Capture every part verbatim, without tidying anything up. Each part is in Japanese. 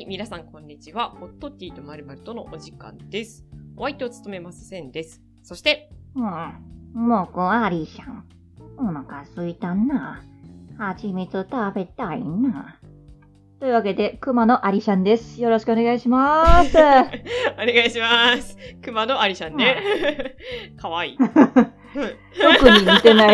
皆さんこんにちは。ホットティーとまるまるとのお時間です。お相手を務めますセンです。そして、 うん、もうこありしゃん。お腹すいたな。蜂蜜食べたいな。というわけで、熊のアリシャンです。よろしくお願いします。お願いします。熊のアリシャンね。かわいい。 特に似てない。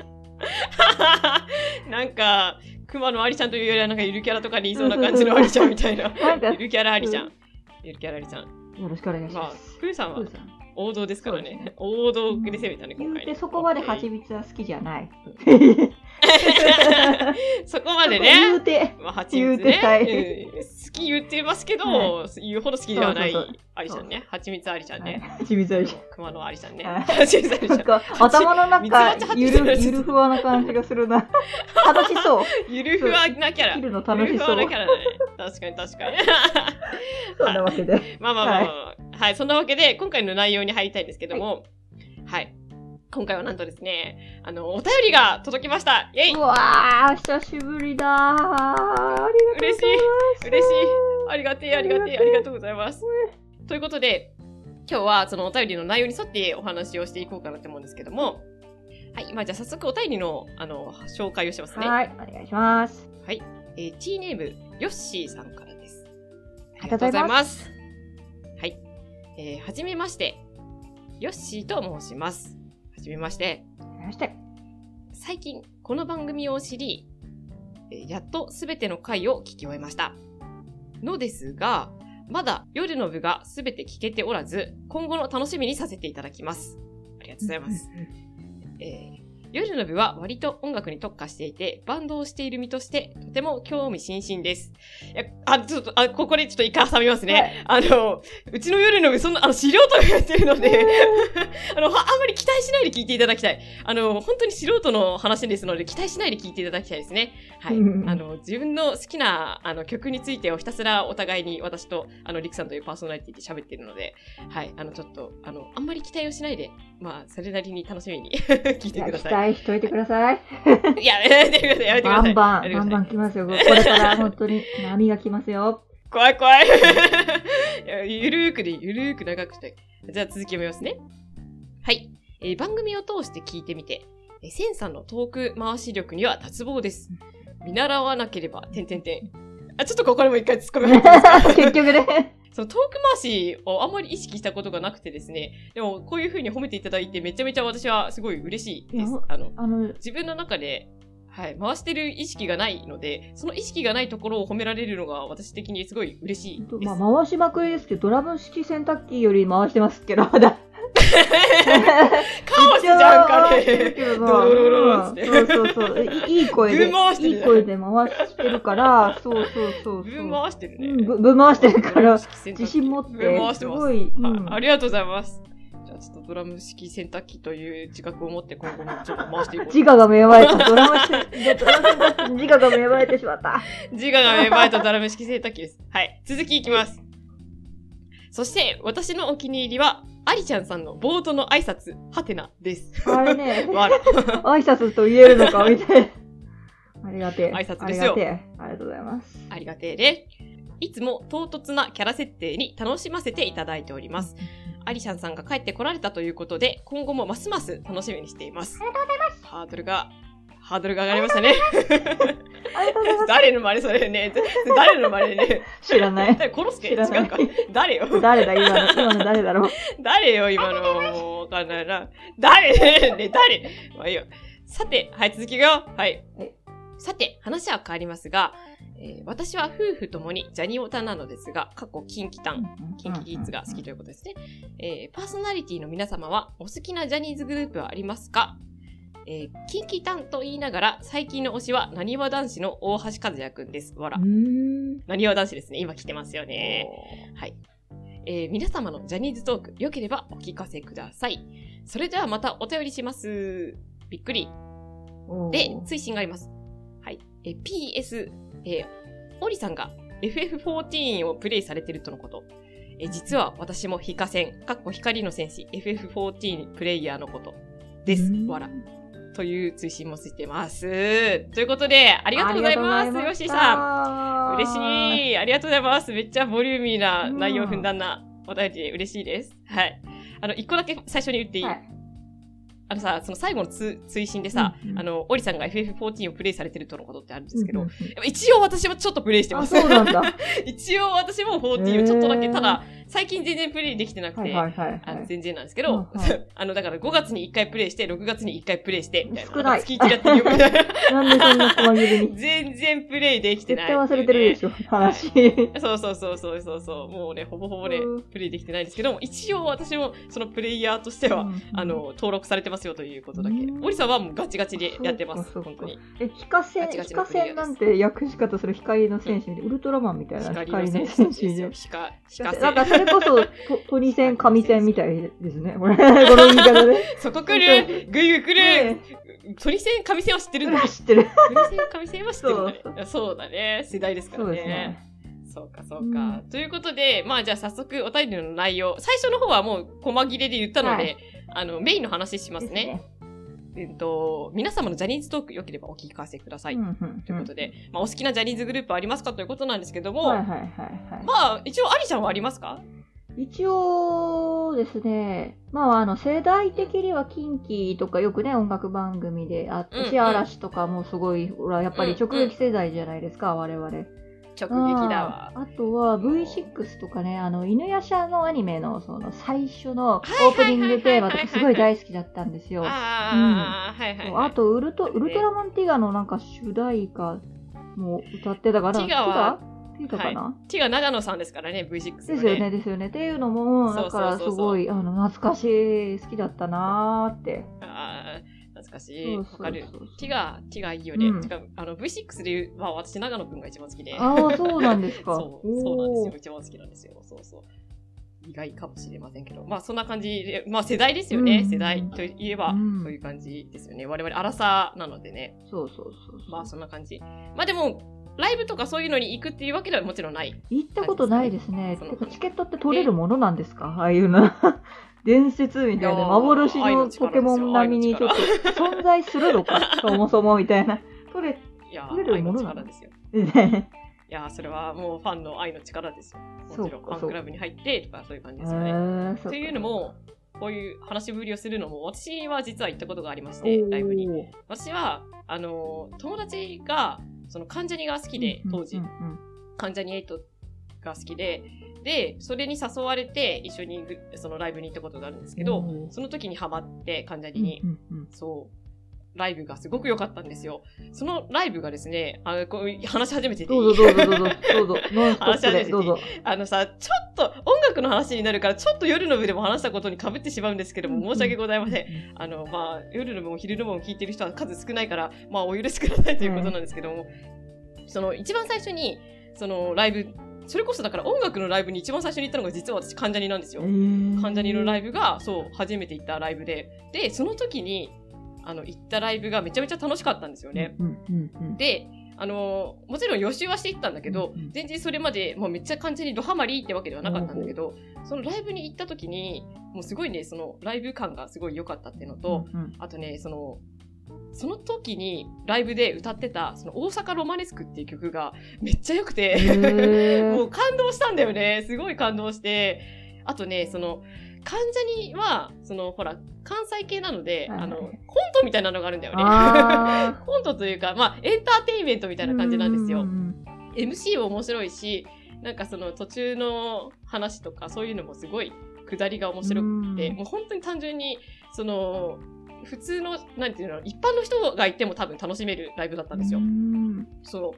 なんか、熊のアリちゃんというよりは、なんかゆるキャラとかにいそうな感じのアリちゃんみたいな。ゆるキャラアリちゃん。ゆるキャラアリちゃん。 よろしくお願いします。 まあ、プーさんは王道ですからね。王道で攻めたね、今回ね。 で、そこまで蜂蜜は好きじゃない。 そこまでね。 言うて。 まあ、蜂蜜ね、はいうん。好き言ってますけど、はい、言うほど好きではないアリちゃんね。蜂蜜アリちゃんね。 蜂蜜アリちゃん。 熊のアリちゃんね。蜂蜜アリちゃん。 頭の中、ゆる、ゆるふわな感じがするな。楽しそう。 ゆるふわなキャラ。 切るの楽しそう。 ゆるふわなキャラだね。確かに確かに。 そんなわけで。 まあまあまあまあ。はい、そんなわけで、今回の内容に入りたいんですけども、はい。今回はなんとですね、あの、お便りが届きました。イェイ！ うわー、久しぶりだー。ありがとうございます。 嬉しい。嬉しい。ありがてえ、ありがてえ、ありがとうございます。ということで、今日はそのお便りの内容に沿ってお話をしていこうかなと思うんですけども、はい。まあじゃあ早速お便りの、あの、紹介をしますね。 はい。お願いします。 はい。えー、T ネーム、ヨッシーさんからです。 ありがとうございます。 はい。えー、はじめまして。ヨッシーと申します。はじめまして。 はじめまして。 最近、この番組を知り、やっとすべての回を聞き終えました。のですが、まだ夜の部がすべて聞けておらず、今後の楽しみにさせていただきます。ありがとうございます。えー夜の部は割と音楽に特化していて、バンドをしている身として、とても興味津々です。いや、あ、ちょっと、あ、ここでちょっと一回挟みますね。はい、あの、うちの夜の部、そんな、あの、素人がやってるので、あの、あんまり期待しないで聞いていただきたい。あの、本当に素人の話ですので、期待しないで聞いていただきたいですね。はい。あの、自分の好きな、あの、曲についてをひたすらお互いに、私と、あの、リクさんというパーソナリティで喋っているので、はい。あの、ちょっと、あの、あんまり期待をしないで、まあ、それなりに楽しみに聞いてください。 期待しといてください。 いや、やめてください、やめてください。 バンバン、バンバン来ますよ。これから本当に波が来ますよ。 怖い怖い。ゆるーくで、ゆるーく長くして。じゃあ続き読みますね。はい。えー、番組を通して聞いてみて、えー、センさんのトーク回し力には脱帽です。見習わなければ、てんてんてん。あ、ちょっとここでも一回突っ込み入ってますか結局ね。 そのトーク回しをあんまり意識したことがなくてですね。でも、こういう風に褒めていただいて、めちゃめちゃ私はすごい嬉しいです。あの、あの自分の中で、はい、回してる意識がないので、その意識がないところを褒められるのが私的にすごい嬉しいです。 まあ、回しまくりですけど、ドラム式洗濯機より回してますけど、まだ。 カオスじゃんかね。 ドロロロロって。そうそうそう。いい声で、いい声で回してるから、そうそうそう。 ぶ回してるね。 ぶ、ぶ回してるから、自信持って、すごい。 ありがとうございます。じゃあちょっとドラム式洗濯機という自覚を持って今後もちょっと回していこう。 自我が芽生えた。ドラム式、ドラム洗濯機、自我が芽生えてしまった。 自我が芽生えたドラム式洗濯機です。はい。続きいきます。そして、私のお気に入りは、アリちゃんさんの冒頭の挨拶、はてなです。 あれね、挨拶と言えるのか、みたいな。ありがてえ。 挨拶ですよ。 ありがてえ。ありがとうございます。 ありがてえで。いつも唐突なキャラ設定に楽しませていただいております。アリちゃんさんが帰ってこられたということで、今後もますます楽しみにしています。 ありがとうございます。 ハードルが、ハードルが上がりましたね。 ありがとうございます。 誰の真似それね。誰の真似ね。 知らない。 殺すけ違うか。誰よ。 誰だ今の、今の誰だろう。 誰よ、今の。もうわかんないな。誰ね、誰まあいいよ。さて、はい、続きが。はい。はい、さて、話は変わりますが、えー、私は夫婦ともにジャニオタなのですが、過去キンキタン、キンキキッズが好きということですね。えー、パーソナリティの皆様はお好きなジャニーズグループはありますか？えー、キンキタンと言いながら、最近の推しは、なにわ男子の大橋和也くんです。わら。なにわ男子ですね。今来てますよね。はい。えー、皆様のジャニーズトーク、良ければお聞かせください。それではまたお便りします。びっくり。で、追伸があります。はい。えー、ピーエス、えー、オリさんが エフエフフォーティーン をプレイされているとのこと。えー、実は私もヒカセン、かっこ光の戦士 エフエフフォーティーン プレイヤーのことです。わら。 という追伸もついてます。ということで、ありがとうございます。ヨッシーさん。嬉しい。ありがとうございます。めっちゃボリューミーな内容ふんだんなお便りで嬉しいです。はい。あの、一個だけ最初に言っていい、はい、あのさ、その最後のつ追伸でさ、うんうん、あの、オリさんが エフエフフォーティーン をプレイされてるとのことってあるんですけど、うんうんうん、一応私もちょっとプレイしてます。 あ、そうなんだ。 一応私もフォーティーンをちょっとだけ、ただ、最近全然プレイできてなくて、 はいはいはいはい、 あの全然なんですけど、はいはい、あの、だからごがつにいっかいプレイして、ろくがつにいっかいプレイして、みたいな。 少ない。 月いちやってるよ、みたいな。 なんでそんな細切れに。 全然プレイできてない、 ね。絶対忘れてるでしょ、話。 そうそうそうそうそうそう。もうね、ほぼほぼね、プレイできてないんですけども、一応私もそのプレイヤーとしては、うんうん、あの、登録されてますよということだけ。オリさんはもうガチガチでやってます、本当に。 え、ヒカセン、ヒカセンなんて訳し方する光の戦士、うん、ウルトラマンみたいな光の戦士で。 ヒカ、ヒカセン。 なんかそれこそ、トニセン、神センみたいですね。これ、この言い方で。 そこ来るぐいぐい来るトニセン、神センは知ってるんだ。 知ってる。 トニセン、神センは知ってるんだね。そうだね。世代ですからね。そうですね。そうか、そうか、うん。ということで、まあじゃあ早速お便りの内容。最初の方はもう細切れで言ったので、はい、あの、メインの話しますね。えっと、皆様のジャニーズトーク良ければお聞かせください。うんうんうん、ということで、まあお好きなジャニーズグループありますかということなんですけども、 はいはいはいはい、 まあ一応アリちゃんはありますか？ 一応ですね、まああの世代的にはキンキとかよくね音楽番組であったし、うんうん、嵐とかもすごい、ほらやっぱり直撃世代じゃないですか、うんうん、我々。 直撃だわ。 あとは ブイシックス とかね、あの犬夜叉のアニメのその最初のオープニングテーマとかすごい大好きだったんですよ。あとウルト、ウルトラマンティガのなんか主題歌も歌ってたかな。 ティガはティガかな、はい、 ティガ長野さんですからね、ブイシックス、ね。 ですよね、ですよね。っていうのも、だからすごい、あの、懐かしい、好きだったなーって。 あ懐かしい。わかる。ティガ、ティガいいよね。うん、てか、あの、ブイシックス で言う、まあ私、長野くんが一番好きで。 ああ、そうなんですか。 そう、そうなんですよ。一番好きなんですよ。そうそう。意外かもしれませんけど。まあそんな感じで、まあ世代ですよね。うん、世代といえば、そういう感じですよね。我々、アラサーなのでね。 そうそうそうそう。 まあそんな感じ。まあでも、ライブとかそういうのに行くっていうわけではもちろんない。 行ったことないですね。てかチケットって取れるものなんですか？ああいうの。伝説みたいな幻のポケモン並みにちょっと存在するのかそもそもみたいな。取れ、 いや取れるものなんですよ。いやそれはもうファンの愛の力ですよ。もちろんファンクラブに入ってとかそういう感じですよね。というのも、こういう話ぶりをするのも、私は実は行ったことがありまして、ライブに。私は、あの、友達が、その関ジャニが好きで、当時、関ジャニエイトが好きで、で、それに誘われて一緒にそのライブに行ったことがあるんですけど、その時にハマって関ジャニに、そう、ライブがすごく良かったんですよ。そのライブがですね、あこう話し始めてていい？ どうぞどうぞどうぞ、どうぞ。 話し始めてていい？あのさ、ちょっと音楽の話になるから、ちょっと夜の部でも話したことに被ってしまうんですけども、申し訳ございません。あの、まあ、夜の部も昼の部も聞いてる人は数少ないから、まあ、お許しくださいということなんですけども、その、一番最初に、その、ライブ、それこそだから音楽のライブに一番最初に行ったのが実は私関ジャニなんですよ。関ジャニのライブが、そう、初めて行ったライブで。で、その時に、あの、行ったライブがめちゃめちゃ楽しかったんですよね。で、あの、もちろん予習はしていったんだけど、全然それまで、もうめっちゃ関ジャニドハマりってわけではなかったんだけど、そのライブに行った時に、もうすごいね、そのライブ感がすごい良かったっていうのと、あとね、その、その時にライブで歌ってた、その大阪ロマネスクっていう曲がめっちゃ良くて、もう感動したんだよね。すごい感動して。あとね、その、関ジャニは、その、ほら、関西系なので、はいはい、あの、コントみたいなのがあるんだよね。コントというか、まあ、エンターテインメントみたいな感じなんですよ。エムシー も面白いし、なんかその途中の話とか、そういうのもすごい、下りが面白くて、もう本当に単純に、その、普通の、なんていうの、一般の人が行っても多分楽しめるライブだったんですよ。そう。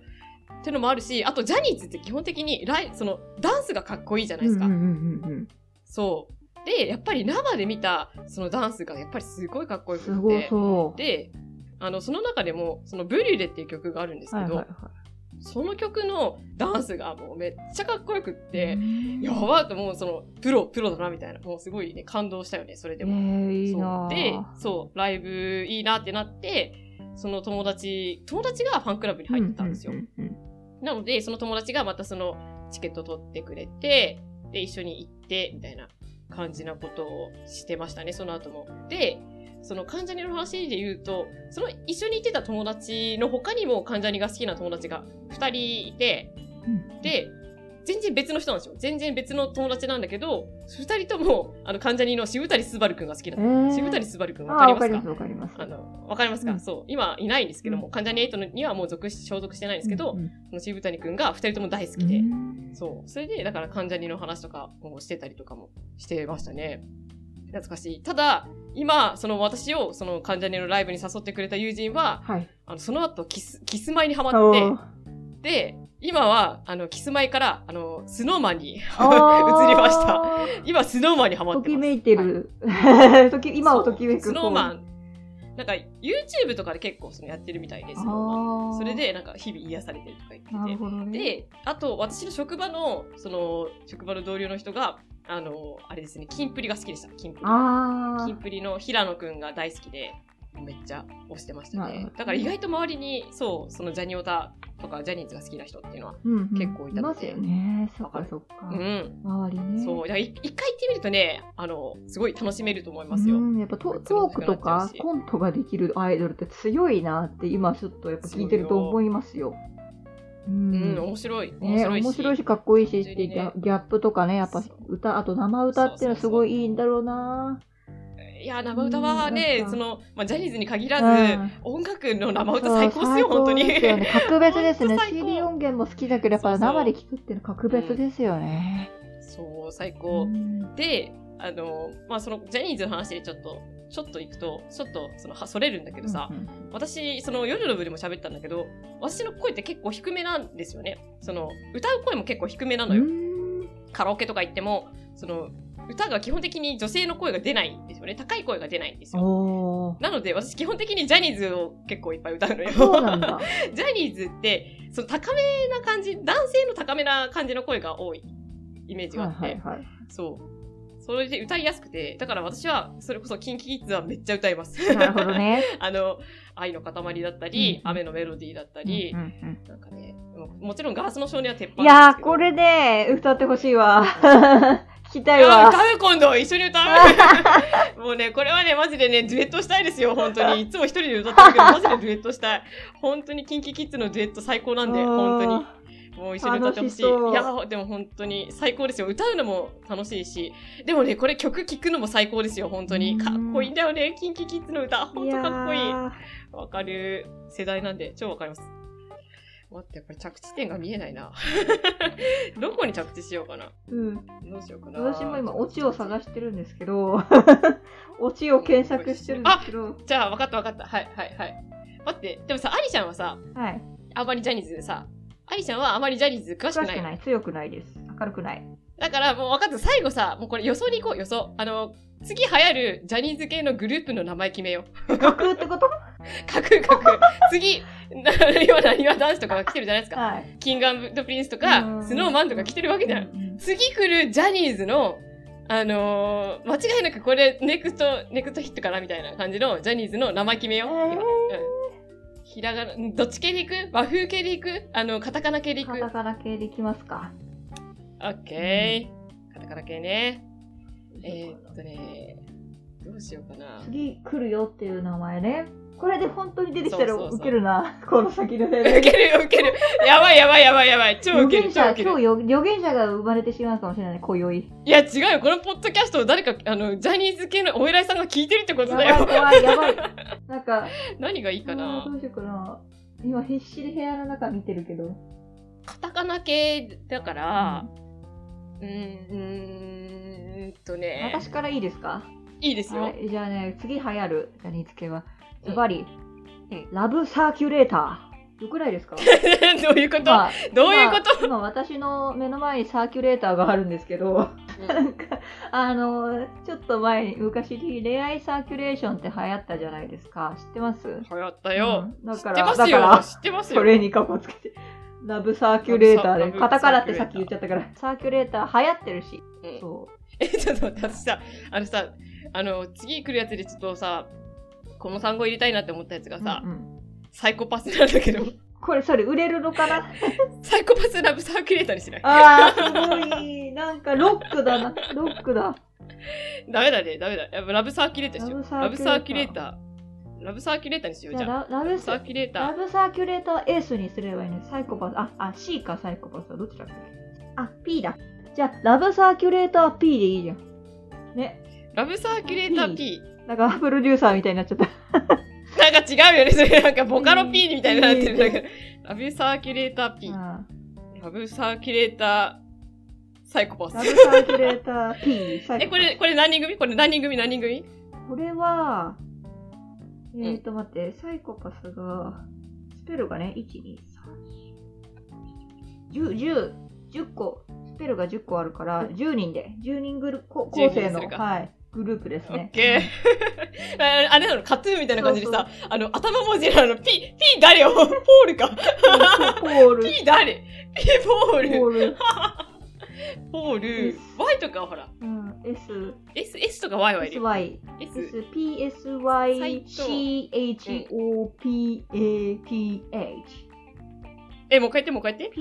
っていうのもあるし、あとジャニーズって基本的にライ、その、ダンスがかっこいいじゃないですか。そう。で、やっぱり生で見た、そのダンスがやっぱりすごいかっこよくて。すごそう。で、あの、その中でも、そのブリュレっていう曲があるんですけど、はいはいはい、その曲のダンスがもうめっちゃかっこよくって、やばーともうその、プロ、プロだなみたいな、もうすごいね、感動したよね、それでも。 えー、いいなそうで、そう、ライブいいなってなって、その友達、友達がファンクラブに入ってたんですよ。うんうんうんうん、なので、その友達がまたそのチケット取ってくれて、で、一緒に行って、みたいな感じなことをしてましたね、その後も。で、 その関ジャニの話で言うと、その一緒に行ってた友達の他にも関ジャニが好きな友達がふたりいて、うん、で、全然別の人なんですよ。全然別の友達なんだけど、ふたりとも、あの、関ジャニの渋谷すばるくんが好きだった。えー、渋谷すばるくんわかりますか？ わかります、わかります。 あの、わかりますか、うん、そう。今いないんですけども、関ジャニエイトにはもう属し、所属してないんですけど、うんうん、その渋谷くんがふたりとも大好きで、うん、そう。それで、だから関ジャニの話とかもしてたりとかもしてましたね。懐かしい。ただ、今、その私を、その関ジャニのライブに誘ってくれた友人は、はい、あの、その後キス、キスマイにハマって、で、今は、あの、キスマイから、あの、スノーマンに移りました。今、スノーマンにハマってます。 ときめいてる。はい、時今をときめく。 スノーマン。なんか、YouTube とかで結構そのやってるみたいです。それで、なんか、日々癒されてるとか言ってて。ね、で、あと、私の職場の、その、職場の同僚の人が、あの、あれですね、キンプリが好きでした。キンプリ。キンプリの平野くんが大好きで、めっちゃ推してましたね。だから意外と周りに、そう、そのジャニオタとかジャニーズが好きな人っていうのは結構いたので。 うんうん、いますよね。そっかそっか。 うん。 周りね。 そう。だから一回行ってみるとね、あの、すごい楽しめると思いますよ。 うん、やっぱトークとかコントができるアイドルって強いなって今ちょっとやっぱ聞いてると思いますよ。 うん、うん、面白い。面白いし、 ね、面白いしかっこいいし、ね、ギャップとかね、やっぱ歌、あと生歌っていうのはすごいいいんだろうな。 いや、生歌はね、その、まあ、ジャニーズに限らず、うん、音楽の生歌最高っすよ、本当に。 ですよね。格別ですね。シーディー 音源も好きだけど、やっぱ生で聴くっていうの格別ですよね。 そう、そう、最高。うん、で、あの、まあ、その、ジャニーズの話でちょっと、ちょっと行くと、ちょっと、その、それるんだけどさ、うんうん、私、その、夜の部でも喋ったんだけど、私の声って結構低めなんですよね。その、歌う声も結構低めなのよ。カラオケとか行っても、その、歌が基本的に女性の声が出ないんですよね。高い声が出ないんですよ。なので、私基本的にジャニーズを結構いっぱい歌うのよ。 そうなんだ。 ジャニーズって、その高めな感じ、男性の高めな感じの声が多いイメージがあって。はいはいはい、そう。それで歌いやすくて、だから私は、それこそキンキキッズはめっちゃ歌います。 なるほどね。 あの、愛の塊だったり、うん、雨のメロディーだったり、うんうんうん、なんかね、もちろんガラスの少年は鉄板ですけど。いやー、 これで歌ってほしいわ。聞きたいわ。 歌う今度一緒に歌うもうね、これはね、マジでね、デュエットしたいですよ、本当に。いつも一人で歌ってるけど、マジでデュエットしたい。本当にキンキキッズのデュエット最高なんで、本当に。もう一緒に歌ってほしい。いや、でも本当に最高ですよ。歌うのも楽しいし。でもね、これ曲聴くのも最高ですよ、本当に。かっこいいんだよね、キンキキッズの歌。本当かっこいい。わかる世代なんで、超わかります。待って、これ着地点が見えないな。どこに着地しようかな。 うん。 どうしようかな。 私も今、オチを探してるんですけど、オチを検索してるんですけど。 じゃあ、分かった分かった。はい、はい、はい。待って、でもさ、アリちゃんはさ、 はい。 あまりジャニーズでさ、アリちゃんはあまりジャニーズ詳しくない。 詳しくない。強くないです。明るくない。 だからもう分かった。最後さ、もうこれ予想に行こう、予想。あの、次流行るジャニーズ系のグループの名前決めよう。架空ってこと架空架空。次、今なにわ男子とかが来てるじゃないですか。はい、キング&プリンスとか、スノーマンとか来てるわけじゃん。次来るジャニーズの、あのー、間違いなくこれネクスト、ネクストヒットかなみたいな感じのジャニーズの名前決めよう。えー、今。うん。ひらがな、どっち系でいく？和風系でいく？あの、カタカナ系でいく？ カタカナ系でいきますか。 オッケー。カタカナ系ね。えー、っとね、どうしようかな。 次来るよっていう名前ね。これで本当に出てきたらウケるな。そうそうそう、この先のね。 ウケるウケる。やばいやばいやばいやばい。超ウケる。超ウケる。 今日予言者が生まれてしまうかもしれない。今宵。いや違うよ。このポッドキャストを誰か、あの、ジャニーズ系のお偉いさんが聞いてるってことだよ。 やばいやばいやばい。なんか。 何がいいかな。 どうしようかな。今必死で部屋の中見てるけど。 カタカナ系だから、うん、うーんとね。 私からいいですか？ いいですよ。 はい、じゃあね、次流行るジャニーズ系は、ズバリ、うん、ラブサーキュレーター。よくないですか？どういうこと、まあ、どういうこと？ 今、今私の目の前にサーキュレーターがあるんですけど、うん、なんか、あの、ちょっと前に、昔、恋愛サーキュレーションって流行ったじゃないですか。知ってます？ 流行ったよ。 うん、だから、 知ってますよ。 だから知ってますよ。 それにカッコつけて。ラブサーキュレーターで、カタカナってさっき言っちゃったから、サーキュレーター流行ってるし。うん、そう。 え、ちょっと待って、私さ、あのさ、あの、次来るやつでちょっとさ、この単語入れたいなって思ったやつがさ、うんうん、サイコパスなんだけど。 これ、それ売れるのかな？ サイコパスラブサーキュレーターにしない？ あー、すごい。なんかロックだな。ロックだ。 ダメだね、ダメだ。やっぱラブサーキュレーターにしよう。ラブサーキュレーター。ラブサーキュレーターにしよう、じゃあ。 ラブサーキュレーター。ラブサーキュレーター S にすればいいね。サイコパス。あ、あ、C かサイコパス。どっちだっけ？あ、P だ。じゃあ、ラブサーキュレーター P でいいじゃん。ね。 ラブサーキュレーター P。 なんか、プロデューサーみたいになっちゃった。 なんか違うよね、それ。なんか、ボカロ P みたいになってる。なんかラブサーキュレーター P。ラブサーキュレーター、サイコパス。 ラブサーキュレーター P、サイコパス。 え、これ、これ何人組これ何人組何人組これは、えーと、待って、サイコパスが、スペルがね、いち、に、さん、よん、じゅう、じゅっこ、スペルがじゅっこあるから、じゅうにんで、じゅうにんグル構成の、はい、グループですね。 オッケー。あれなの、カトゥーンみたいな感じでさ、あの、頭文字なの、P、P 誰よポールか。 ポール。 P 誰 ?P ポール。 ポール。 ポール。Y とかほら。 うん、S。 S、S とか Y はいる。 SY。S、P、S、Y、C、H、O、P、A、T、H。 え、もう一回言って、もう一回言って。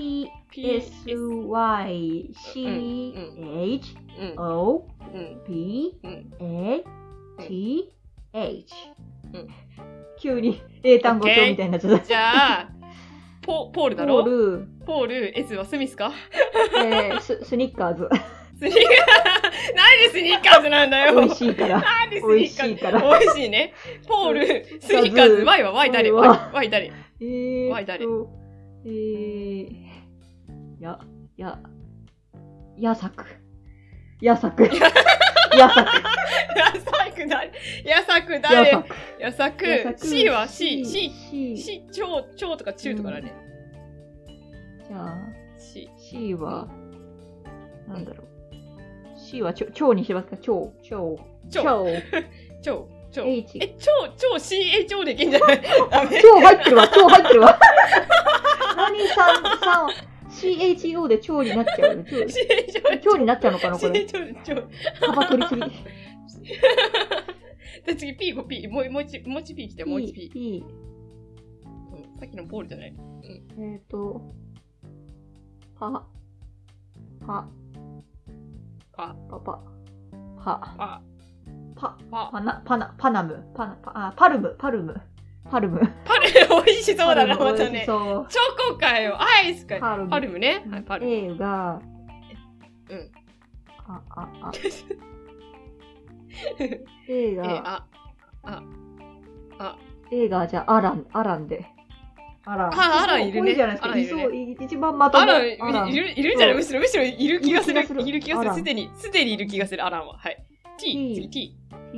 P、S、Y、C、H、O、P、A、T、H。急に英単語帳みたいになっちゃった。 じゃあ、ポポールだろポール。 ポール、S はスミスかえー、ス、スニッカーズ。 スニッカーズ。なんでスニッカーズなんだよ。 美味しいから。 なんでスニッカーズ。 美味しいから。 美味しいね。ポール、スニッカーズ。Y は Y 誰 ?Y 誰えー、 Y 誰えー、や、や、やさく。やさく。やさく。 やさく誰やさく誰やさく。C は C、C、C、超、超とか中とかだね。 じゃあ、 C、 C は、なんだろう。C は超にしますか超、超、 超、超、超。 H。 え、超、超 シーエイチオー でいけんじゃない超入ってるわ、超入ってるわ。何さん、さん、シーエイチオー で超になっちゃうよ。超になっちゃうのかな、これ。幅取りすぎ。 で、次 P ご P。もう、もう一、もう一 P 来て、もう一 P。 P。 うん、さっきのポールじゃない。 うん、えっと、パ、パ、 パ、 パ、パ、パ、 パ、 パ、パ、パナ、パナ、パナム、パナ、パ、あ、パルム、パルム、パルム。 パルム、美味しそうだな、またね。チョコかよ、アイスかよ。パルム、パルムね。はい、パルム。 A が、 うん。 あ、あ、あ。A が、 あ、あ、あ。 A が、じゃあ、アラン、アランで。アラン。 あ、アランいるね。 いいじゃないですか。いそう、一番まとも。 アラン、いる、いるんじゃないむしろ、むしろいる気がする。いる気がする。すでに、すでにいる気がする、アランは。はい。T、次 T。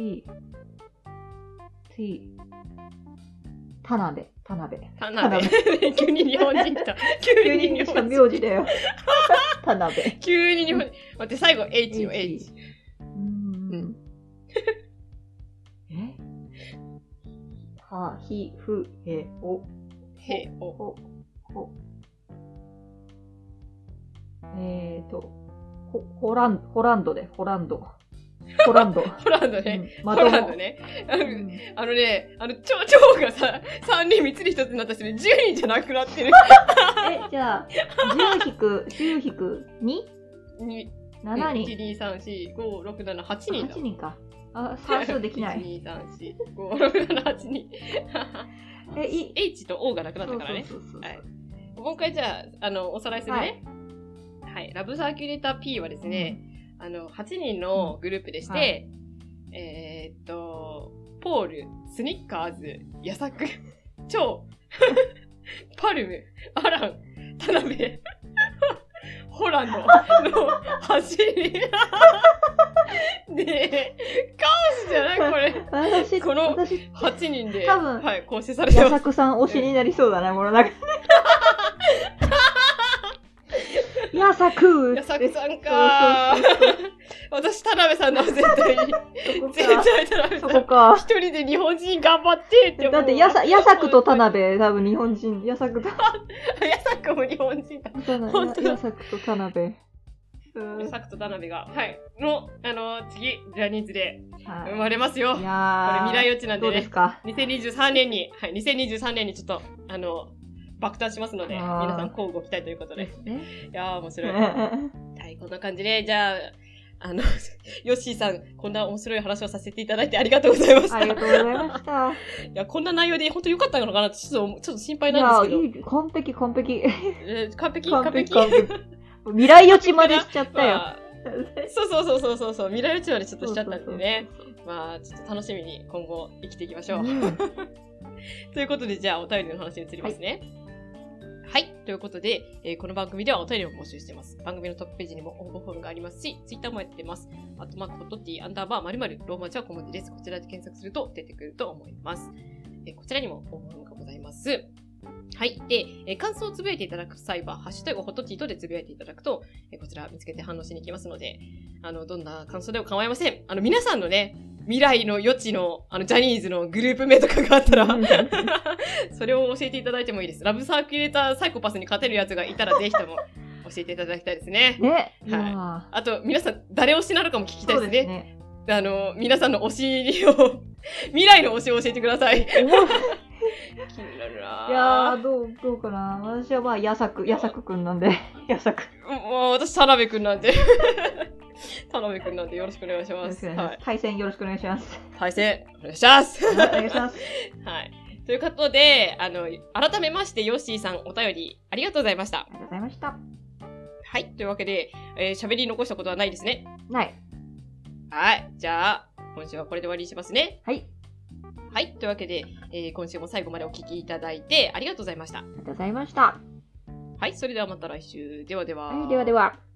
T。T。田辺、田辺。 田辺。急に日本人来た。 急に日本人。名字だよ。田辺。 急に日本人。待って、最後 H よ、H。 うん。えは、ひ、ふ、へ、お。 へ、お。 ほ、ほ。えーと、ホ、ホラン、ホランドで、ホランド。ホランド。 ホランドね。 ホランドね。あのね、あの、蝶、蝶がさ、さんにんみっつにひとつになったしね、じゅうにんじゃなくなってる。 え、じゃあ、じゅう引く、じゅう引く に? に、 しちにん。 いち、に、さん、よん、ご、ろく、なな、はちにんだ。 はちにんか。あ、算数できない。 いち、に、さん、よん、ご、ろく、なな、はちにん。 え、い、 H と O がなくなったからね。はい。もう一回じゃあ、あの、おさらいするね。はい。ラブサーキュレーター P はですね、あの、はちにんのグループでして、はい、えー、っと、ポール、スニッカーズ、ヤサク、チョウ、パルム、アラン、田辺、ホランドの走り。ねえ、カオスじゃないこれ。 私、 このはちにんで、多分、はい、構成されてます。 ヤサクさん推しになりそうだね、この中で。ヤサクヤサクさんか私、田辺さんだ、絶対に。絶対田辺さん。そこか。一人で日本人頑張ってって思う。 だって、ヤサ、ヤサクと田辺、多分日本人。ヤサクと。 ヤサクも日本人だ。 本当だ。ヤサクと田辺。 ヤサクと田辺が、はい。の、あの、次、ジャニーズで生まれますよ。いやー。これ未来予知なんでね。 どうですか？ にせんにじゅうさんねんに、はい、にせんにじゅうさんねんにちょっと、あの、爆誕しますので、皆さん交互期待ということで。ですね。いやー、面白い。はい、こんな感じで、じゃあ、 あの、ヨッシーさん、こんな面白い話をさせていただいてありがとうございました。 ありがとうございました。 いや、こんな内容で本当良かったのかなって、ちょっと、ちょっと心配なんですけど。 いや、いい、完璧、完璧。 えー、完璧完璧完璧。未来予知までしちゃったよ。 まあ、そうそうそうそうそうそう、未来予知までちょっとしちゃったんでね。まあ、ちょっと楽しみに今後生きていきましょう。うん、ということで、じゃあお便りの話に移りますね。はい。はい。ということで、えー、この番組ではお便りを募集しています。番組のトップページにも応募フォームがありますし、ツイッターもやってます。あと、マークホットティーアンダーバー〇〇ローマ字は小文字です。こちらで検索すると出てくると思います。えー、こちらにも応募フォームがございます。はい。で、えー、感想をつぶやいていただく際は、ハッシュタグホットティーとでつぶやいていただくと、えー、こちら見つけて反応しに行きますので、あの、どんな感想でも構いません。あの、皆さんのね、未来の余地の、あの、ジャニーズのグループ名とかがあったら、それを教えていただいてもいいです。ラブサーキュレーターサイコパスに勝てるやつがいたら、ぜひとも教えていただきたいですね。 ね。 はい。あと、皆さん、誰推しなのかも聞きたいですね。そうですね。あの、皆さんの推しを、未来の推しを教えてください。気になるなぁ。 いやー、どう、どうかな。私はまあ、やさく、やさくくんなんで、やさく。 もう、私、田辺くんなんで。田辺くんなんでよろしくお願いします。 はい。対戦よろしくお願いします。 対戦、お願いします。 お願いします。 はい。ということで、あの、改めまして、ヨッシーさん、お便り、ありがとうございました。 ありがとうございました。 はい。というわけで、えー、喋り残したことはないですね。 ない。 はい。じゃあ、今週はこれで終わりにしますね。 はい。 はい。というわけで、えー、今週も最後までお聞きいただいてありがとうございました。ありがとうございました。 はい。それではまた来週。ではでは。 はい。ではでは。